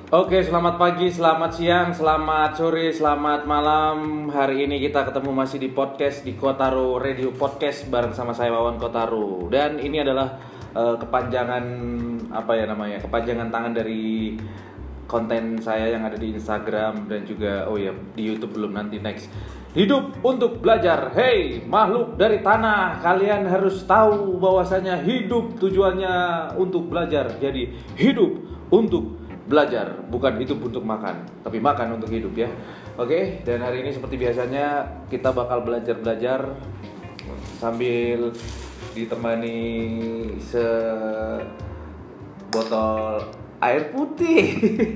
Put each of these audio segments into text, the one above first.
Oke, selamat pagi, selamat siang, selamat sore, selamat malam. Hari ini kita ketemu masih di podcast di Kotaro Radio Podcast bareng sama saya Wawan Kotaro. Dan ini adalah kepanjangan kepanjangan tangan dari konten saya yang ada di Instagram dan juga di YouTube belum, nanti next. Hidup untuk belajar. Hey, makhluk dari tanah, kalian harus tahu bahwasanya hidup tujuannya untuk belajar. Jadi, hidup untuk belajar, bukan hidup untuk makan, tapi makan untuk hidup ya. Oke, dan hari ini seperti biasanya kita bakal belajar sambil ditemani sebotol air putih.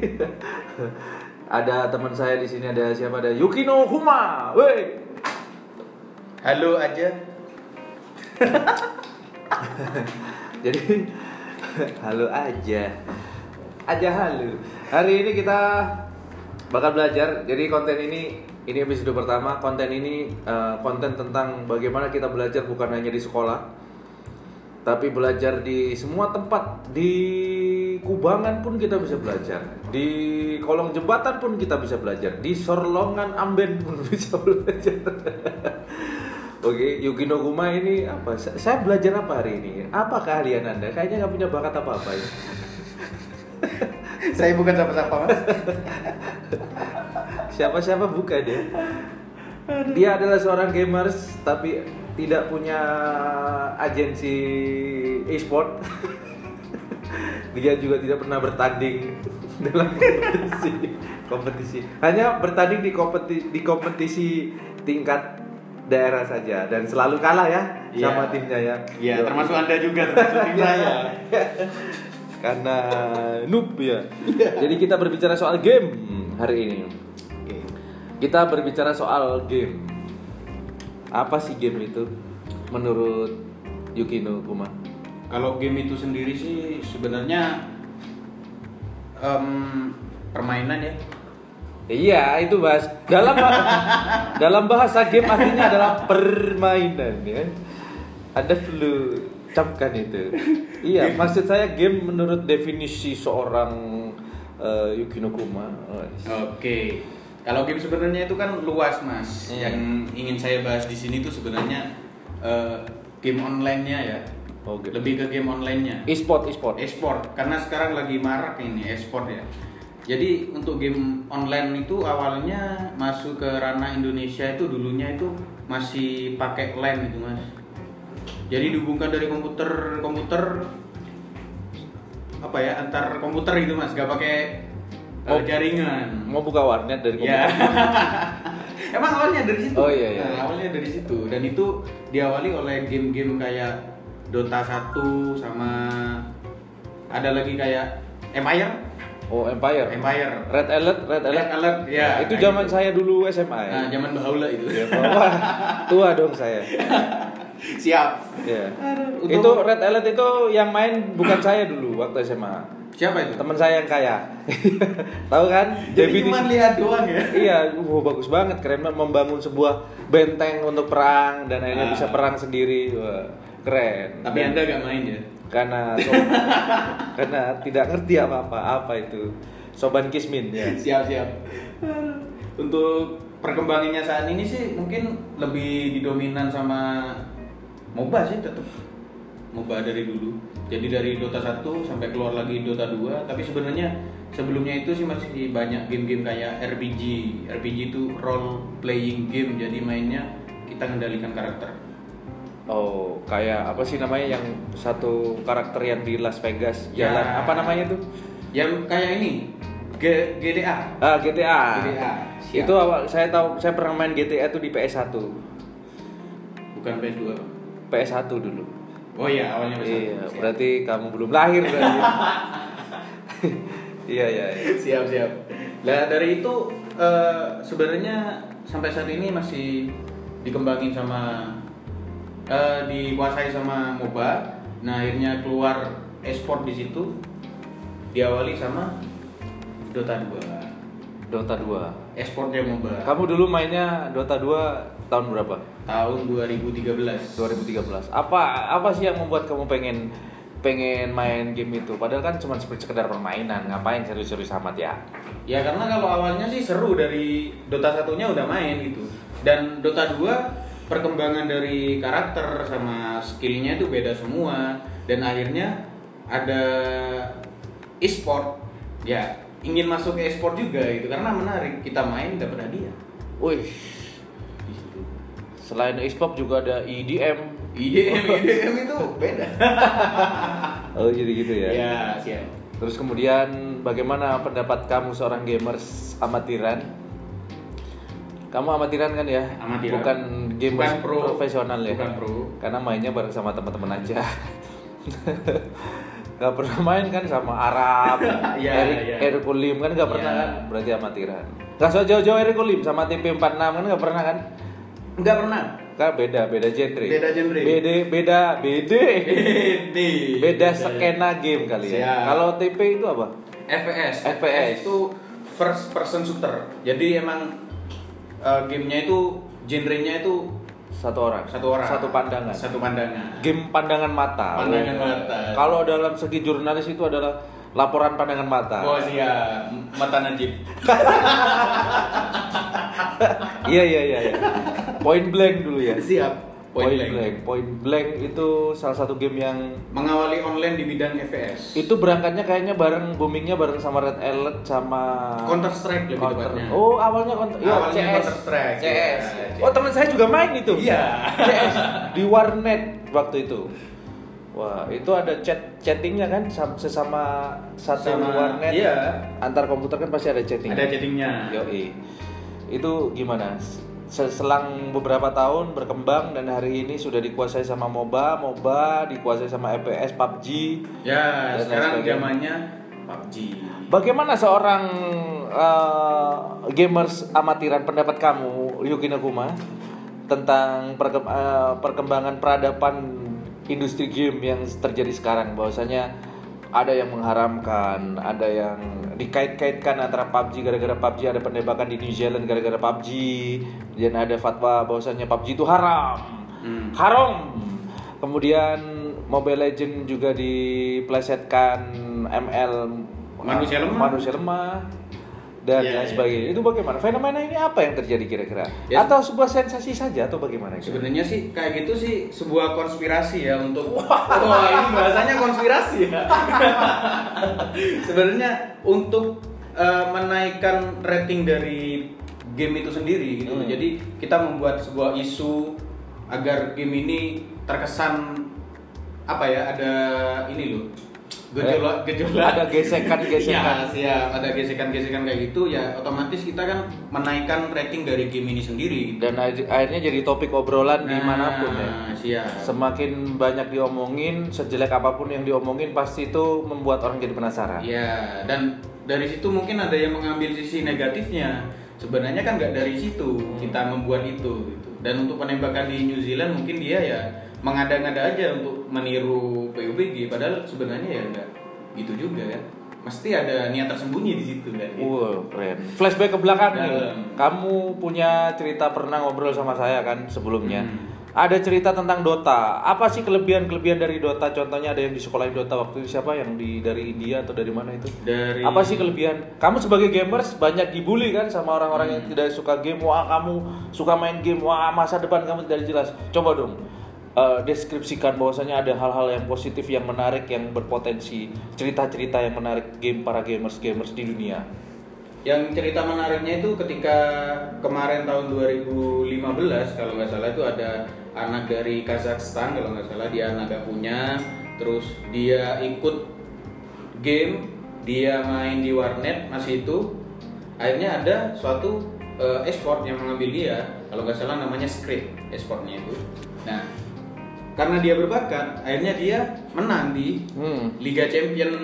Ada teman saya di sini, ada siapa? Ada Yukino Huma. Woi. Halo aja. Jadi halo aja. Halo. Hari ini kita bakal belajar. Jadi konten ini episode pertama. Konten ini konten tentang bagaimana kita belajar bukan hanya di sekolah, tapi belajar di semua tempat. Di kubangan pun kita bisa belajar. Di kolong jembatan pun kita bisa belajar. Di sorlongan amben pun bisa belajar. Oke, Yukino Kuma ini apa? Saya belajar apa hari ini? Apa keahlian Anda? Kayaknya nggak punya bakat apa-apa ya. Saya bukan siapa-siapa, Mas. Siapa-siapa bukan ya. Dia adalah seorang gamers tapi tidak punya agensi e-sport. Dia juga tidak pernah bertanding dalam kompetisi. Hanya bertanding di kompetisi tingkat daerah saja dan selalu kalah ya sama timnya ya. Iya, termasuk Anda juga, termasuk tim saya. Karena noob ya. Jadi kita berbicara soal game hari ini. Kita berbicara soal game. Apa sih game itu menurut Yukino Kuma? Kalau game itu sendiri sih sebenarnya permainan ya. Iya, itu Mas. Dalam bahasa game artinya adalah permainan ya. Ada flu camkan itu. Iya, maksud saya game menurut definisi seorang Yukino Kuma. Oke. Kalau game sebenarnya itu kan luas, Mas. Yang ingin saya bahas di sini tuh sebenarnya game online-nya ya. Okay. Lebih ke game online-nya. E-sport. Karena sekarang lagi marak ini e-sport ya. Jadi untuk game online itu awalnya masuk ke ranah Indonesia itu dulunya itu masih pakai LAN gitu, Mas. Jadi dihubungkan dari komputer apa ya, antar komputer gitu, Mas, gak pakai jaringan. Mau buka warnet dari komputer. Ya. Emang awalnya dari situ. Oh iya. Nah, awalnya dari situ dan itu diawali oleh game-game kayak Dota 1 sama ada lagi kayak Empire. Oh, Empire. Red Alert. Ya. Itu zaman gitu. saya dulu SMA ya. Nah, zaman Bahaula itu. Ya, wah, tua dong saya. Siap. Ya. Itu Red Alert itu yang main bukan saya dulu waktu SMA. Siapa itu? Teman saya yang kaya. Tahu kan? Jadi cuma lihat doang ya. Iya, bagus banget, keren banget, membangun sebuah benteng untuk perang dan akhirnya bisa perang sendiri. Wah, keren. Tapi Anda gak main ya? Karena tidak ngerti apa itu. Soban Kismin ya. Siap. Untuk perkembangannya saat ini sih mungkin lebih didominan sama MOBA sih, tetap MOBA dari dulu. Jadi dari Dota 1 sampai keluar lagi Dota 2, tapi sebenarnya sebelumnya itu sih masih banyak game-game kayak RPG. RPG itu role playing game, jadi mainnya kita ngendalikan karakter. Oh, kayak apa sih namanya yang satu karakter yang di Las Vegas jalan, apa namanya tuh? Yang kayak ini GTA. GTA. Siap. Itu saya tahu, saya pernah main GTA itu di PS1. Bukan PS2. PS1 dulu. Oh iya, awalnya PS1. Iya, berarti kamu belum lahir berarti. Iya. Siap. Nah, dari itu sebenarnya sampai saat ini masih dikembangin sama dikuasai sama MOBA. Nah, akhirnya keluar e-sport di situ. Diawali sama Dota 2. E-sportnya MOBA. Kamu dulu mainnya Dota 2 tahun berapa? Tahun 2013. Apa sih yang membuat kamu pengen pengen main game itu? Padahal kan cuma sekedar permainan, ngapain serius-serius amat ya? Ya karena kalau awalnya sih seru dari Dota 1-nya udah main gitu. Dan Dota 2 perkembangan dari karakter sama skillnya itu beda semua. Dan akhirnya ada e-sport. Ya ingin masuk ke e-sport juga gitu karena menarik. Kita main dapat hadiah. Wih. Selain e-sport juga ada EDM. EDM itu beda. Oh jadi gitu ya? Ya siap. Terus kemudian bagaimana pendapat kamu seorang gamers amatiran? Kamu amatiran kan ya? Amatiran. Bukan gamers Bukan pro. profesional ya? Bukan pro. Karena mainnya bareng sama teman-teman aja. Gak pernah main kan sama Arab, Eric Olim kan gak pernah kan? Berarti amatiran. Gak so jauh-jauh Eric Olim sama TP46 kan gak pernah kan? Enggak pernah. Kan beda genre. Beda genre. Beda skena game kali ya. Siap. Kalau TP itu apa? FPS itu first person shooter. Jadi emang gamenya itu genrenya itu Satu orang. Satu pandangan. Game pandangan mata. Pandangan mata. Kalau dalam segi jurnalis itu adalah laporan pandangan mata. Oh siap, mata Najib. Iya. Point Blank dulu ya. Siap. Point Blank itu salah satu game yang mengawali online di bidang FPS. itu berangkatnya kayaknya boomingnya bareng sama Red Alert sama Counter Strike lebih tepatnya. Oh, awalnya CS. Counter Strike. CS. Ya. Oh, teman saya juga main itu. Iya. CS di warnet waktu itu. Wah, itu ada chattingnya kan sesama satu warnet. Iya. Antar komputer kan pasti ada chatting. Ada chattingnya. Yoi. Itu gimana? Selang beberapa tahun berkembang dan hari ini sudah dikuasai sama MOBA dikuasai sama FPS, PUBG. Ya, sekarang zamannya PUBG. Bagaimana seorang gamers amatiran, pendapat kamu Yuki Naguma tentang perkembangan peradaban industri game yang terjadi sekarang? Bahwasanya ada yang mengharamkan, ada yang dikait-kaitkan antara PUBG gara-gara PUBG, ada penembakan di New Zealand gara-gara PUBG, dan ada fatwa bahwasanya PUBG itu haram. Kemudian Mobile Legends juga diplesetkan ML manusia lemah dan lain sebagainya. Itu bagaimana? Fenomena ini apa yang terjadi kira-kira? Ya. Atau sebuah sensasi saja atau bagaimana? Sebenarnya sih kayak gitu sih sebuah konspirasi ya untuk wah ini bahasanya konspirasi ya. Sebenarnya untuk menaikkan rating dari game itu sendiri gitu. Jadi kita membuat sebuah isu agar game ini terkesan apa ya, ada ini loh. Gejolak. Ada gesekan. Ya, siap. Ada gesekan kayak gitu ya, otomatis kita kan menaikkan rating dari game ini sendiri. Dan akhirnya jadi topik obrolan dimanapun ya. Siap. Semakin banyak diomongin, sejelek apapun yang diomongin pasti itu membuat orang jadi penasaran. Ya, dan dari situ mungkin ada yang mengambil sisi negatifnya. Sebenarnya kan nggak dari situ kita membuat itu gitu. Dan untuk penembakan di New Zealand mungkin dia ya mengada-ngada aja untuk meniru PUBG, padahal sebenarnya ya enggak gitu juga kan. Mesti ada niat tersembunyi di situ kan. Gitu. Keren. Flashback ke belakang nih. Kamu punya cerita pernah ngobrol sama saya kan sebelumnya. Ada cerita tentang Dota. Apa sih kelebihan dari Dota? Contohnya ada yang di sekolah Dota waktu itu siapa yang dari India atau dari mana itu? Apa sih kelebihan? Kamu sebagai gamers banyak dibully kan sama orang-orang yang tidak suka game. Wah, kamu suka main game. Wah, masa depan kamu tidak jelas. Coba dong deskripsikan bahwasanya ada hal-hal yang positif, yang menarik, yang berpotensi, cerita-cerita yang menarik para gamers di dunia. Yang cerita menariknya itu ketika kemarin tahun 2015 kalau nggak salah itu ada anak dari Kazakhstan, kalau nggak salah dia anak gak punya, terus dia ikut game, dia main di warnet masih itu, akhirnya ada suatu e-sport yang mengambil dia, kalau nggak salah namanya Script e-sportnya itu. Nah, karena dia berbakat, akhirnya dia menang di Liga Champion.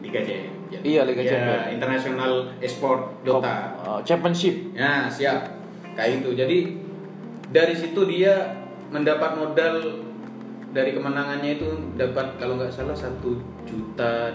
Iya, Liga Champion. International Esport Dota. Championship. Ya, siap. Kayak itu. Jadi dari situ dia mendapat modal dari kemenangannya itu dapat kalau nggak salah $1 juta.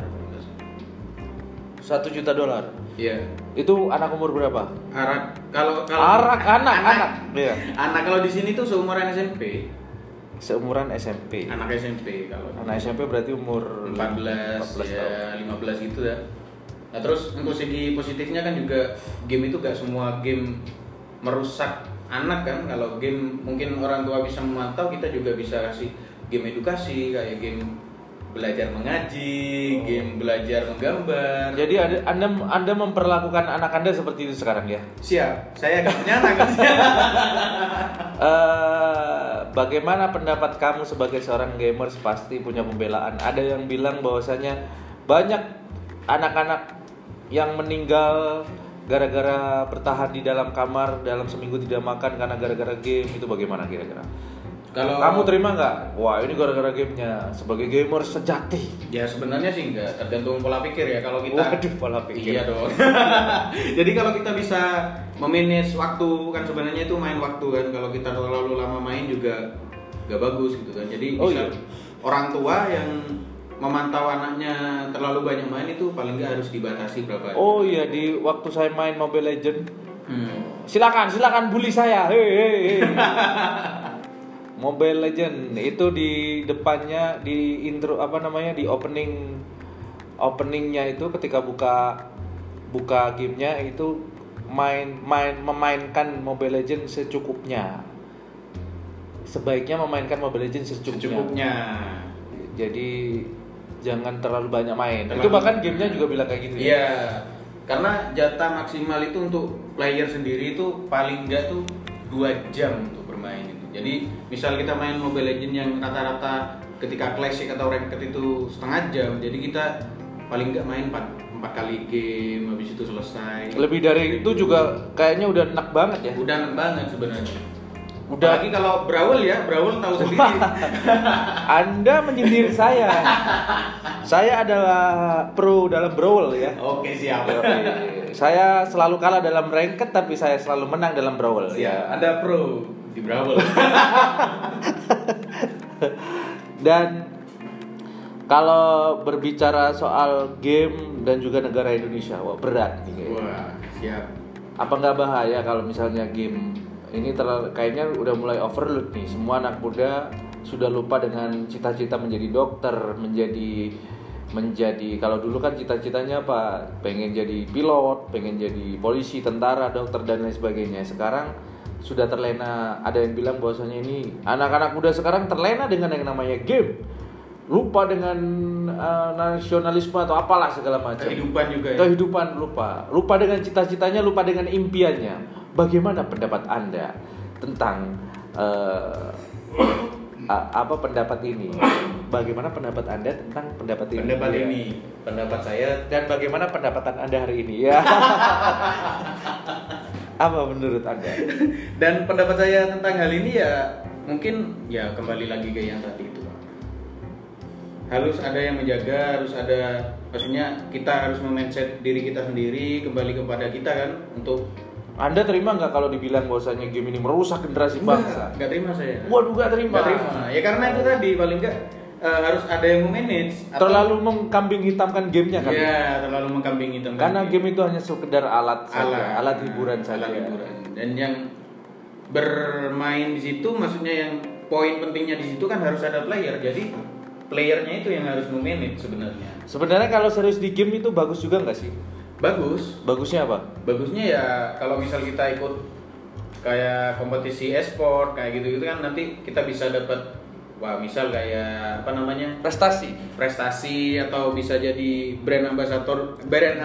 $1 juta. Iya. Itu anak umur berapa? Kalau anak. Iya. Anak kalau di sini tuh seumuran SMP. seumuran SMP. Anak SMP kalau. Anak SMP berarti umur 14 ya, tahun. 15 gitu ya. Nah, terus untuk segi positifnya kan juga game itu gak semua game merusak anak kan. Kalau game mungkin orang tua bisa memantau, kita juga bisa kasih game edukasi kayak game belajar mengaji, game belajar menggambar. Jadi Anda memperlakukan anak Anda seperti itu sekarang ya? Siap, saya gak punya anak. Bagaimana pendapat kamu sebagai seorang gamers? Pasti punya pembelaan. Ada yang bilang bahwasanya banyak anak-anak yang meninggal gara-gara bertahan di dalam kamar dalam seminggu tidak makan karena gara-gara game. Itu bagaimana kira-kira? Kalau kamu terima nggak? Wah, ini gara-gara gamenya. Sebagai gamer sejati. Ya sebenarnya sih enggak, tergantung pola pikir ya. Kalau kita Waduh, pola pikir. Iya dong. Jadi kalau kita bisa memanage waktu, kan sebenarnya itu main waktu kan. Kalau kita terlalu lama main juga nggak bagus gitu kan. Jadi bisa orang tua yang memantau anaknya terlalu banyak main itu paling nggak harus dibatasi berapa. Oh iya, di waktu saya main Mobile Legend. Silakan bully saya. Hei. Mobile Legend itu di depannya di intro di openingnya itu ketika buka gamenya itu memainkan Mobile Legend secukupnya. Sebaiknya memainkan Mobile Legend secukupnya. Jadi jangan terlalu banyak main. Itu bahkan gamenya juga bilang kayak gitu. Iya. Karena jatah maksimal itu untuk player sendiri itu paling enggak tuh 2 jam untuk bermain itu. Jadi misal kita main Mobile Legends yang rata-rata ketika classic atau ranked itu setengah jam, jadi kita paling enggak main 4 kali game, habis itu selesai. Lebih dari itu juga kayaknya udah enak banget ya. Udah enak banget sebenarnya. Udah. Apalagi kalau Brawl tahu sendiri. Anda menyindir saya. Saya adalah pro dalam Brawl ya. Oke, siap. Saya selalu kalah dalam ranked tapi saya selalu menang dalam Brawl. Ya, Anda pro di Brawl. Dan kalau berbicara soal game dan juga negara Indonesia, wah berat nih kayaknya. Wah, siap. Apa nggak bahaya kalau misalnya game ini kayaknya udah mulai overload nih. Semua anak muda sudah lupa dengan cita-cita menjadi dokter, menjadi kalau dulu kan cita-citanya apa? Pengen jadi pilot, pengen jadi polisi, tentara, dokter dan lain sebagainya. Sekarang sudah terlena. Ada yang bilang bahwasanya ini anak-anak muda sekarang terlena dengan yang namanya game. Lupa dengan nasionalisme atau apalah segala macam. Kehidupan juga ya. Kehidupan lupa dengan cita-citanya, lupa dengan impiannya. Bagaimana pendapat Anda tentang pendapat ini? Bagaimana pendapat Anda tentang pendapat ini? Pendapat saya. Dan bagaimana pendapatan Anda hari ini? Ya. Apa menurut Anda? Dan pendapat saya tentang hal ini ya mungkin ya kembali lagi ke yang tadi itu. Harus ada yang menjaga, harus ada, maksudnya kita harus memindset diri kita sendiri, kembali kepada kita kan untuk. Anda terima nggak kalau dibilang bahwasanya game ini merusak generasi bangsa? Nggak terima saya. Waduh, nggak terima. Ya karena itu tadi paling nggak harus ada yang memanage. Terlalu mengkambing hitamkan gamenya kan? Iya, terlalu mengkambing hitamkan. Karena game itu hanya sekedar alat hiburan saja. Dan yang bermain di situ, maksudnya yang poin pentingnya di situ kan harus ada player. Jadi playernya itu yang harus memanage sebenarnya. Sebenarnya kalau serius di game itu bagus juga nggak sih? Bagus. Bagusnya apa? Bagusnya ya kalau misal kita ikut kayak kompetisi e-sport kayak gitu kan nanti kita bisa dapat misal kayak prestasi atau bisa jadi brand ambassador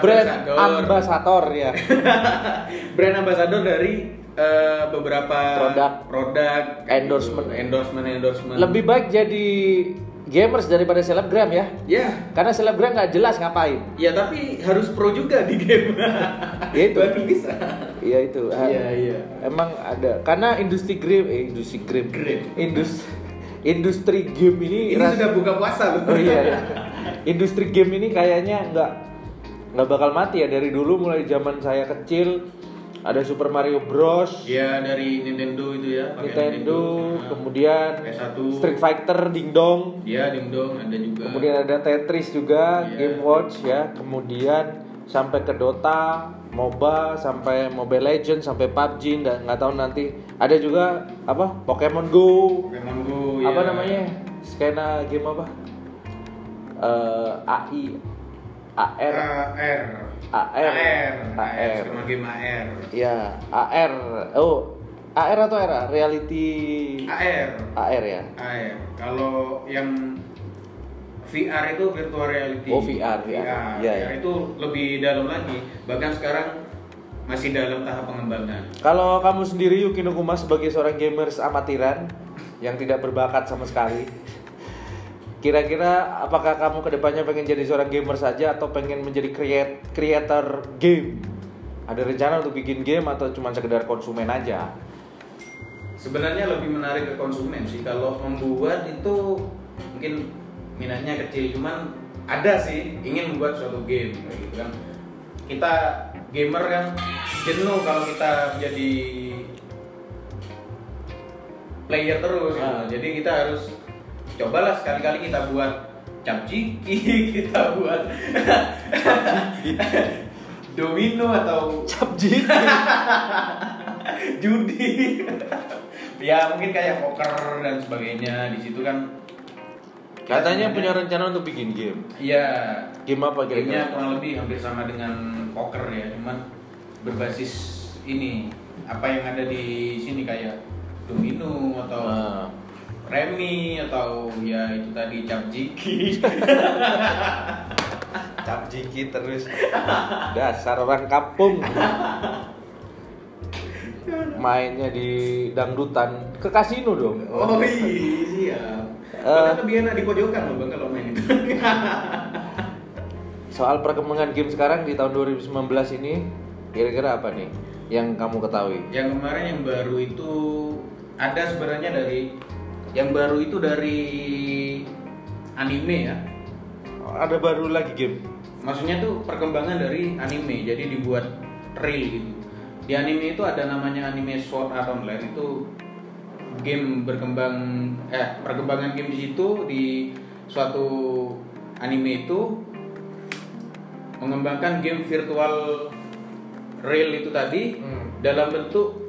ya. Brand ambassador dari beberapa produk endorsement. Lebih baik jadi gamers daripada selebgram ya. Ya. Karena selebgram nggak jelas ngapain. Ya tapi harus pro juga di game. Ya itu. Baru bisa. Iya itu. Iya. Emang ada. Karena industri game ini sudah buka puasa loh. Oh iya. Industri game ini kayaknya nggak bakal mati ya. Dari dulu mulai zaman saya kecil ada Super Mario Bros. Ya dari Nintendo itu ya. Nintendo. Kemudian PS1. Street Fighter, Ding Dong. Ya Ding Dong ada juga. Kemudian ada Tetris juga, Game Watch ya. Kemudian sampai ke Dota, MOBA, sampai Mobile Legends, sampai PUBG, nggak tahu nanti ada juga apa Pokemon Go. Pokemon Go Apa ya. namanya? Skena game apa? AI AR sama game AR. Ya, AR. Oh, AR atau RA? Reality AR ya. AR. Kalau yang VR itu virtual reality. Oh, VR. Ya, itu lebih dalam lagi. Bahkan sekarang masih dalam tahap pengembangan. Kalau kamu sendiri Yuki Nukuma sebagai seorang gamers amatiran yang tidak berbakat sama sekali, kira-kira apakah kamu kedepannya pengen jadi seorang gamer saja atau pengen menjadi creator game? Ada rencana untuk bikin game atau cuma sekedar konsumen aja? Sebenarnya lebih menarik ke konsumen sih. Kalau membuat itu mungkin minatnya kecil, cuman ada sih ingin membuat suatu game kayak gitu kan. Kita gamer kan jenuh kalau kita jadi player terus gitu. Jadi kita harus cobalah sekali-kali kita buat capciki, kita buat domino atau Capjit. judi. Ya mungkin kayak poker dan sebagainya. Di situ kan Katanya punya rencana untuk bikin game. Iya. Game apa Gamenya kira-kira? kurang lebih hampir sama dengan poker ya, cuman berbasis ini apa yang ada di sini kayak domino atau remi atau ya itu tadi capjiki. Capjiki terus. Dasar orang kampung. Mainnya di dangdutan ke kasino dong. Oh iya, siap. Bahkan lebih enak di pojokan loh Bang kalau main itu. Soal perkembangan game sekarang di tahun 2019 ini, kira-kira apa nih yang kamu ketahui? Yang kemarin yang baru itu ada sebenarnya dari anime ya. Ada baru lagi game? Maksudnya tuh perkembangan dari anime, jadi dibuat real gitu. Di anime itu ada namanya anime Sword Art Online, itu game perkembangan game di situ di suatu anime itu mengembangkan game virtual real itu tadi dalam bentuk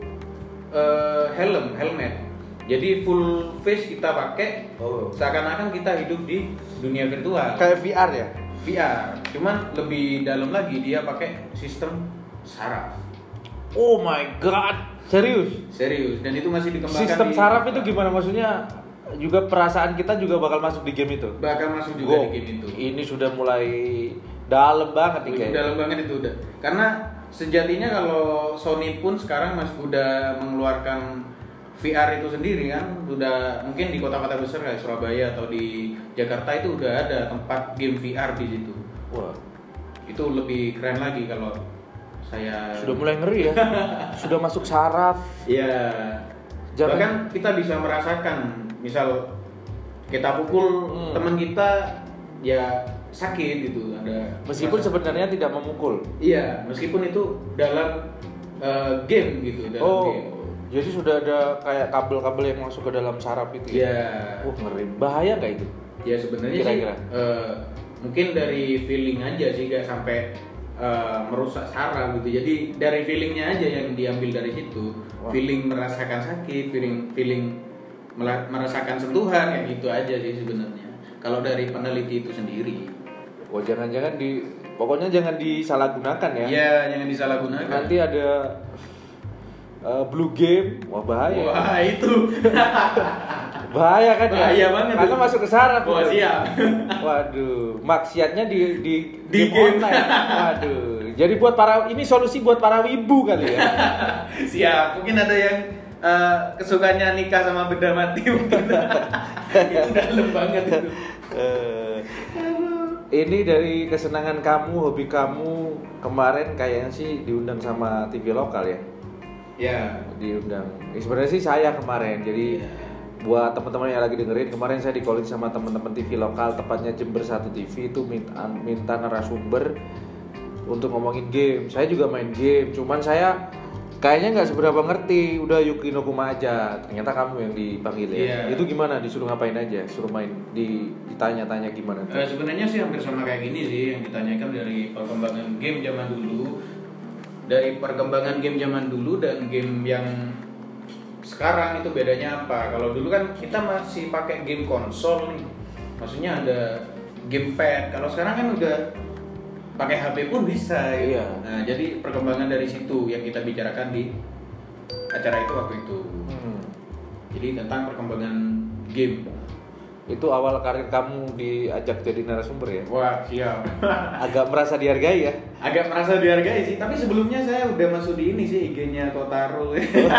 helmet. Jadi full face kita pakai, seakan-akan kita hidup di dunia virtual. Kayak VR ya? VR, cuman lebih dalam lagi dia pakai sistem saraf. Oh my god, serius? Serius, dan itu masih dikembangkan. Sistem saraf itu gimana maksudnya? Juga perasaan kita juga bakal masuk di game itu? Bakal masuk juga di game itu. Ini sudah mulai dalam banget nih kayaknya. Dalam banget itu udah. Karena sejatinya kalau Sony pun sekarang masih udah mengeluarkan VR itu sendiri kan, udah mungkin di kota-kota besar kayak Surabaya atau di Jakarta itu udah ada tempat game VR di situ. Wah, itu lebih keren lagi kalau saya. Sudah mulai ngeri ya. Sudah masuk saraf. Iya. Bahkan kita bisa merasakan, misal kita pukul teman kita, ya sakit gitu. Ada. Meskipun sebenarnya tidak memukul. Iya, meskipun itu dalam game gitu. Dalam game. Jadi sudah ada kayak kabel-kabel yang masuk ke dalam saraf itu. Iya. Ngeri. Bahaya nggak itu? Ya sebenarnya kira-kira sih mungkin dari feeling aja sih, nggak sampai merusak saraf gitu. Jadi dari feelingnya aja yang diambil dari situ. Wah. Feeling merasakan sakit, feeling merasakan sentuhan kayak gitu aja sih sebenarnya. Kalau dari peneliti itu sendiri. Oh jangan-jangan pokoknya jangan disalahgunakan ya. Iya, jangan disalahgunakan. Nanti ada blue game, wah bahaya. Wah itu. Bahaya kan? Bahaya banget. Karena masuk ke saraf. Wah siap. Waduh, maksiatnya di game online. Waduh. Jadi ini solusi buat para wibu kali ya. Siap. Mungkin ada yang kesukaannya nikah sama benda mati mungkin. Itu dalam banget itu. Ini dari kesenangan kamu, hobi kamu kemarin kayaknya sih diundang sama TV lokal ya. Ya. Diundang. Sebenarnya sih saya kemarin. Jadi buat teman-teman yang lagi dengerin, kemarin saya di-calling sama teman-teman TV lokal, tepatnya Jember 1 TV itu minta narasumber untuk ngomongin game. Saya juga main game, cuman saya kayaknya nggak seberapa ngerti, udah Yuki no Kuma aja. Ternyata kamu yang dipanggil ya. Iya. Itu gimana? Disuruh ngapain aja? Suruh main, ditanya-tanya gimana? Sebenarnya sih hampir sama kayak gini sih, yang ditanyakan dari perkembangan game zaman dulu, dan game yang sekarang itu bedanya apa? Kalau dulu kan kita masih pakai game konsol nih, maksudnya ada gamepad. Kalau sekarang kan udah pakai HP pun bisa. Gitu. Iya. Nah, jadi perkembangan dari situ yang kita bicarakan di acara itu waktu itu. Jadi tentang perkembangan game. Itu awal karir kamu diajak jadi narasumber ya? Wah, siap. Agak merasa dihargai ya? Agak merasa dihargai sih, tapi sebelumnya saya udah masuk di ini sih, IG-nya Kotaro.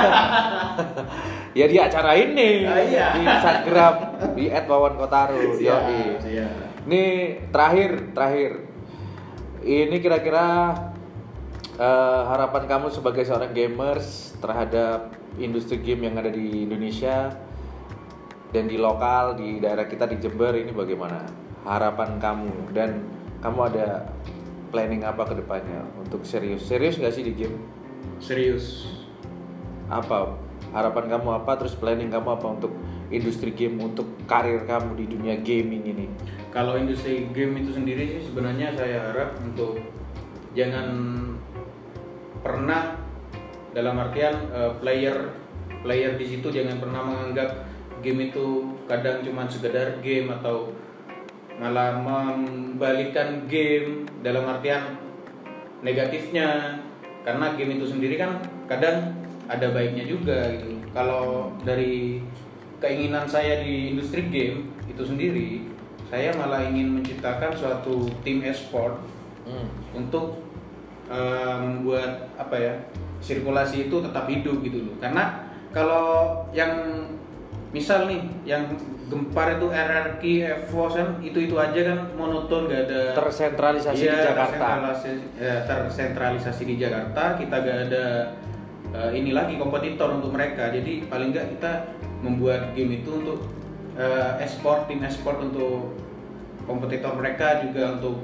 Ya di acara ini, Iya. di Instagram, di @wawankotaro. Yoi. Siap. Ini terakhir. Ini kira-kira harapan kamu sebagai seorang gamers terhadap industri game yang ada di Indonesia dan di lokal, di daerah kita di Jember ini bagaimana? Harapan kamu dan kamu ada planning apa ke depannya untuk serius nggak sih di game? Serius. Apa harapan kamu apa, terus planning kamu apa untuk industri game, untuk karir kamu di dunia gaming ini? Kalau industri game itu sendiri sih sebenarnya saya harap untuk jangan pernah, dalam artian player di situ jangan pernah menganggap game itu kadang cuma sekedar game atau malah membalikkan game dalam artian negatifnya, karena game itu sendiri kan kadang ada baiknya juga gitu. Kalau dari keinginan saya di industri game itu sendiri, saya malah ingin menciptakan suatu tim e-sport untuk membuat sirkulasi itu tetap hidup gitu loh. Karena kalau yang misal nih yang gempar itu RRQ, EVOS kan itu aja kan monoton, gak ada tersentralisasi di Jakarta. Tersentralisasi di Jakarta, kita gak ada ini lagi kompetitor untuk mereka. Jadi paling nggak kita membuat game itu untuk tim e-sport untuk kompetitor mereka, juga untuk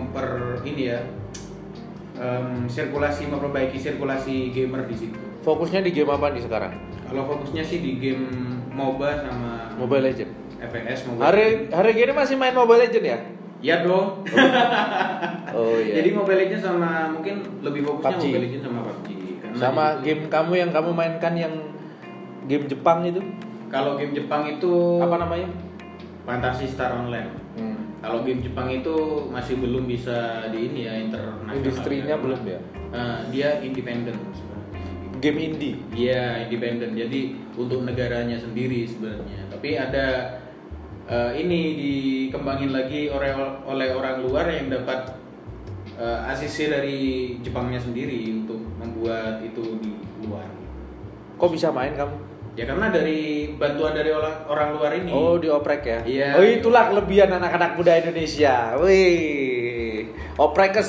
memperbaiki sirkulasi gamer di situ. Fokusnya di game apa nih sekarang? Kalau fokusnya sih di game MOBA sama Mobile Legend. FPS Mobile. Hari gini masih main Mobile Legend ya? Iya dong. Oh iya. Jadi Mobile Legend sama mungkin lebih fokusnya PUBG. Mobile Legend sama PUBG. Sama game kamu yang kamu mainkan yang game Jepang itu? Kalau game Jepang itu Apa namanya? Fantasy Star Online. Kalau game Jepang itu masih belum bisa di ini ya, internasional. Industrinya belum ya? Dia independen sebenarnya. Game indie. Iya, independen. Jadi untuk negaranya sendiri sebenarnya. Tapi ada ini dikembangin lagi oleh orang luar yang dapat ACC dari Jepangnya sendiri untuk membuat itu di luar. Kok bisa main kamu? Ya karena dari bantuan dari orang luar ini. Oh, dioprek ya? Iya. Oh, itulah kelebihan anak-anak muda Indonesia. Wih. Oprekers.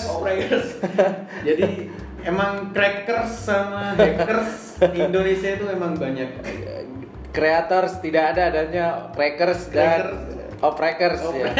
Jadi emang crackers sama hackers Indonesia itu emang banyak. Creators tidak ada adanya crackers dan oprekers ya.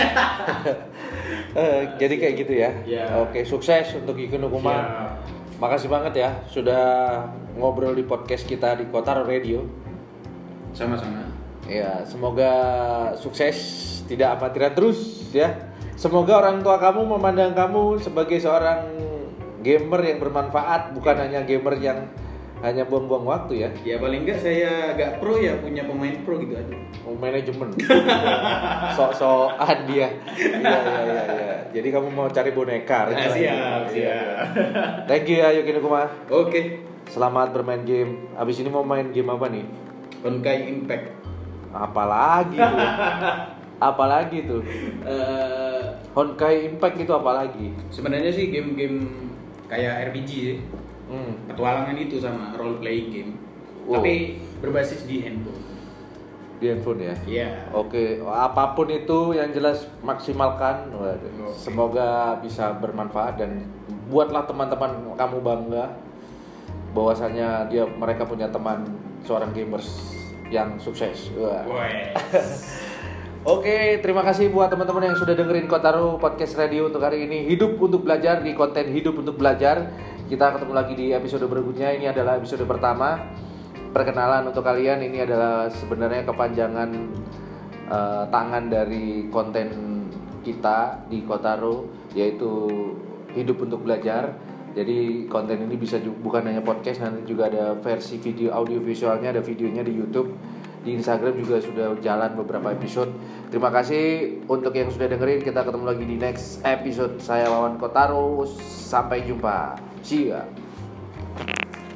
Jadi kayak gitu ya. Ya. Oke, sukses untuk Yuki no Kuma. Makasih banget ya sudah ngobrol di podcast kita di Kotaro Radio. Sama-sama. Ya, semoga sukses, tidak amatiran terus ya. Semoga orang tua kamu memandang kamu sebagai seorang gamer yang bermanfaat, bukan hanya gamer yang hanya buang-buang waktu ya. Ya paling enggak saya agak pro ya, punya pemain pro gitu aja. Manajemen. Sok-sokan dia. Iya. Jadi kamu mau cari boneka. Siap. Thank you ya Yuki no Kuma. Oke. Selamat bermain game. Abis ini mau main game apa nih? Honkai Impact. Apalagi tuh? Honkai Impact itu apalagi? Sebenarnya sih game-game kayak RPG sih. Petualangan itu sama role playing game. Wow. Tapi berbasis di handphone. Di handphone ya? Iya. Oke, apapun itu yang jelas maksimalkan. Waduh. Semoga bisa bermanfaat dan buatlah teman-teman kamu bangga bahwasanya mereka punya teman seorang gamers yang sukses. Wah. Oke, terima kasih buat teman-teman yang sudah dengerin Kotaro Podcast Radio untuk hari ini. Hidup untuk belajar di konten Hidup untuk Belajar Kita ketemu lagi di episode berikutnya. Ini adalah episode pertama. Perkenalan untuk kalian, ini adalah sebenarnya kepanjangan tangan dari konten kita di Kotaro, yaitu Hidup untuk Belajar. Jadi konten ini bisa bukan hanya podcast, nanti juga ada versi video audio visualnya, ada videonya di YouTube, di Instagram juga sudah jalan beberapa episode. Terima kasih untuk yang sudah dengerin. Kita ketemu lagi di next episode. Saya Wawan Kotaro. Sampai jumpa. See ya.